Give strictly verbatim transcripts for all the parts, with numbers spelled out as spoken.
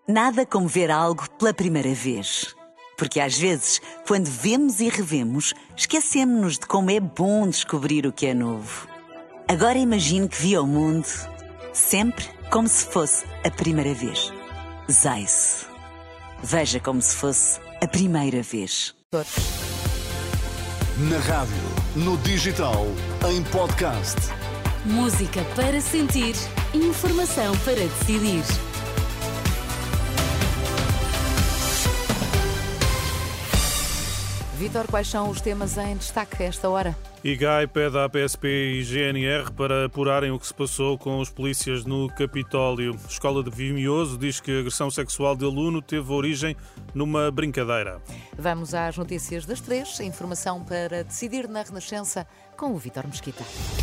Nada como ver algo pela primeira vez. Porque às vezes, quando vemos e revemos, esquecemos-nos de como é bom descobrir o que é novo. Agora imagine que viu o mundo sempre como se fosse a primeira vez. Zais. Veja como se fosse a primeira vez. Na rádio, no digital, em podcast. Música para sentir, informação para decidir. Vítor, quais são os temas em destaque a esta hora? I G A I pede à P S P e G N R para apurarem o que se passou com os polícias no Capitólio. A Escola de Vimioso diz que a agressão sexual de aluno teve origem numa brincadeira. Vamos às notícias das três. Informação para decidir na Renascença com o Vítor Mesquita.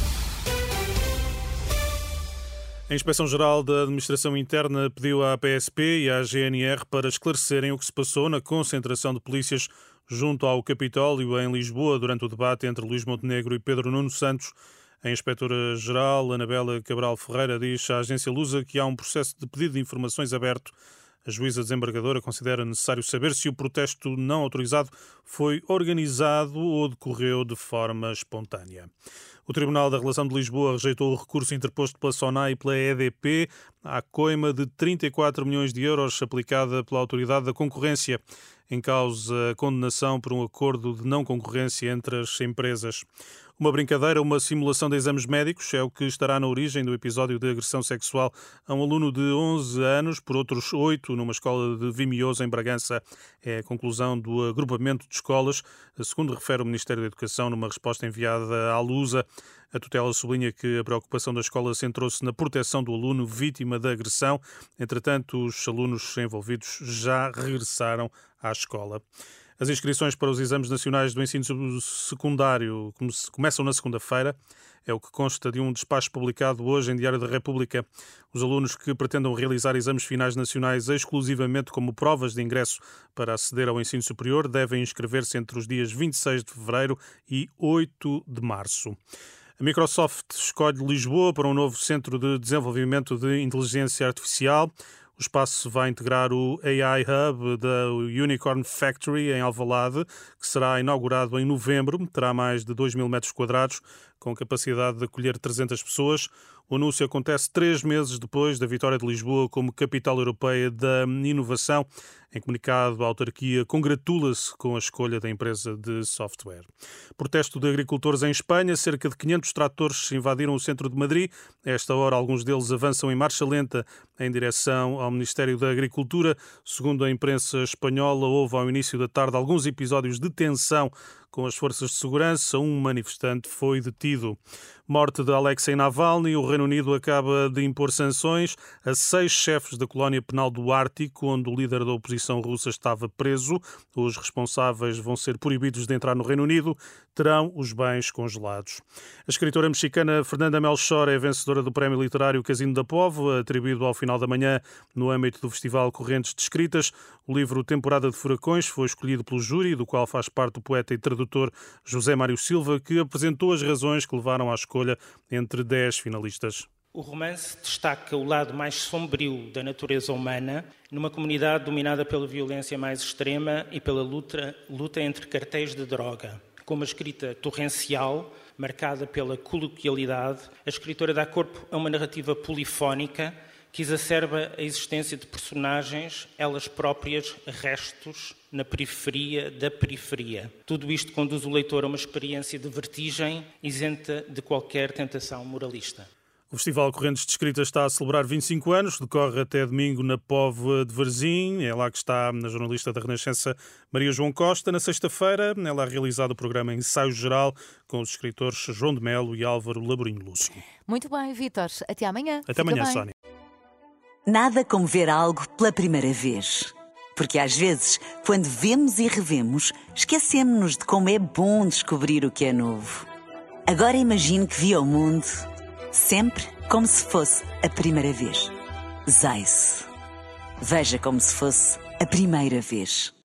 A Inspeção-Geral da Administração Interna pediu à P S P e à G N R para esclarecerem o que se passou na concentração de polícias junto ao Capitólio, em Lisboa, durante o debate entre Luís Montenegro e Pedro Nuno Santos. A Inspetora-Geral, Anabela Cabral Ferreira, diz à agência Lusa que há um processo de pedido de informações aberto. A juíza desembargadora considera necessário saber se o protesto não autorizado foi organizado ou decorreu de forma espontânea. O Tribunal da Relação de Lisboa rejeitou o recurso interposto pela SONAI e pela E D P à coima de trinta e quatro milhões de euros aplicada pela Autoridade da Concorrência, em causa a condenação por um acordo de não concorrência entre as empresas. Uma brincadeira, uma simulação de exames médicos é o que estará na origem do episódio de agressão sexual a um aluno de onze anos por outros oito numa escola de Vimioso, em Bragança. É a conclusão do agrupamento de escolas, segundo refere o Ministério da Educação numa resposta enviada à Lusa. A tutela sublinha que a preocupação da escola centrou-se na proteção do aluno vítima da agressão. Entretanto, os alunos envolvidos já regressaram à escola. As inscrições para os exames nacionais do ensino secundário começam na segunda-feira. É o que consta de um despacho publicado hoje em Diário da República. Os alunos que pretendam realizar exames finais nacionais exclusivamente como provas de ingresso para aceder ao ensino superior devem inscrever-se entre os dias vinte e seis de fevereiro e oito de março. A Microsoft escolhe Lisboa para um novo centro de desenvolvimento de inteligência artificial. O espaço vai integrar o A I Hub da Unicorn Factory, em Alvalade, que será inaugurado em novembro. Terá mais de dois mil metros quadrados, com capacidade de acolher trezentas pessoas. O anúncio acontece três meses depois da vitória de Lisboa como capital europeia da inovação. Em comunicado, a autarquia congratula-se com a escolha da empresa de software. Protesto de agricultores em Espanha. Cerca de quinhentos tratores invadiram o centro de Madrid. A esta hora, alguns deles avançam em marcha lenta em direção ao Ministério da Agricultura. Segundo a imprensa espanhola, houve ao início da tarde alguns episódios de tensão com as forças de segurança. Um manifestante foi detido. Morte de Alexei Navalny. O Reino Unido acaba de impor sanções a seis chefes da colónia penal do Ártico, onde o líder da oposição russa estava preso. Os responsáveis vão ser proibidos de entrar no Reino Unido. Terão os bens congelados. A escritora mexicana Fernanda Melchor é vencedora do prémio literário Casino da Póvoa, atribuído ao final da manhã no âmbito do Festival Correntes de Escritas. O livro Temporada de Furacões foi escolhido pelo júri, do qual faz parte o poeta e tradutor José Mário Silva, que apresentou as razões que levaram à escolha entre dez finalistas. O romance destaca o lado mais sombrio da natureza humana numa comunidade dominada pela violência mais extrema e pela luta, luta entre cartéis de droga. Com uma escrita torrencial, marcada pela coloquialidade, a escritora dá corpo a uma narrativa polifónica que exacerba a existência de personagens, elas próprias restos na periferia da periferia. Tudo isto conduz o leitor a uma experiência de vertigem isenta de qualquer tentação moralista. O Festival Correntes de Escritas está a celebrar vinte e cinco anos, decorre até domingo na Póvoa de Varzim. É lá que está a jornalista da Renascença Maria João Costa. Na sexta-feira é lá realizado o programa Ensaio Geral com os escritores João de Melo e Álvaro Laborinho Lúcio. Muito bem, Vítor. Até amanhã. Até Fica amanhã, bem. Sónia. Nada como ver algo pela primeira vez. Porque às vezes, quando vemos e revemos, esquecemos-nos de como é bom descobrir o que é novo. Agora imagine que viu o mundo sempre como se fosse a primeira vez. Zais. Veja como se fosse a primeira vez.